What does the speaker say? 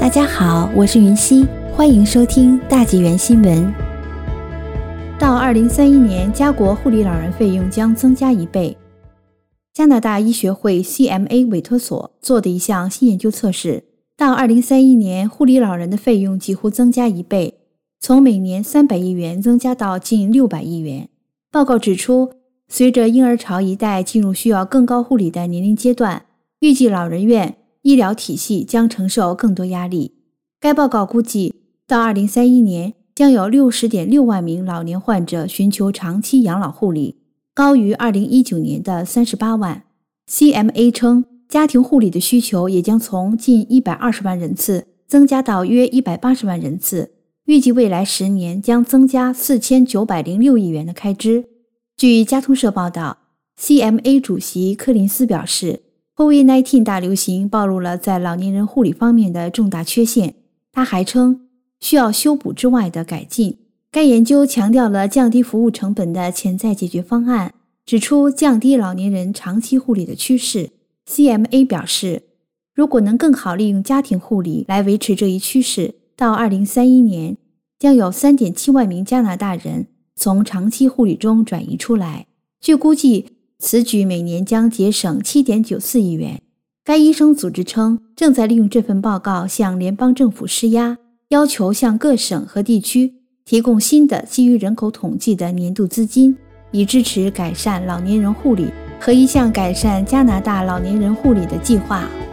大家好，我是云溪，欢迎收听大纪元新闻。到2031年，加国护理老人费用将增加1倍。加拿大医学会 CMA 委托所做的一项新研究测试，到2031年，护理老人的费用几乎增加1倍，从每年300亿元增加到近600亿元。报告指出，随着婴儿潮一代进入需要更高护理的年龄阶段，预计老人院医疗体系将承受更多压力。该报告估计，到2031年，将有 60.6 万名老年患者寻求长期养老护理，高于2019年的38万。CMA 称，家庭护理的需求也将从近120万人次增加到约180万人次，预计未来10年将增加4906亿元的开支。据加通社报道， CMA 主席柯林斯表示， COVID-19 大流行暴露了在老年人护理方面的重大缺陷。他还称，需要修补之外的改进。该研究强调了降低服务成本的潜在解决方案，指出降低老年人长期护理的趋势。 CMA 表示，如果能更好利用家庭护理来维持这一趋势，到2031年，将有 3.7 万名加拿大人从长期护理中转移出来。据估计，此举每年将节省 7.94 亿元。该医生组织称，正在利用这份报告向联邦政府施压，要求向各省和地区提供新的基于人口统计的年度资金，以支持改善老年人护理和一项改善加拿大老年人护理的计划。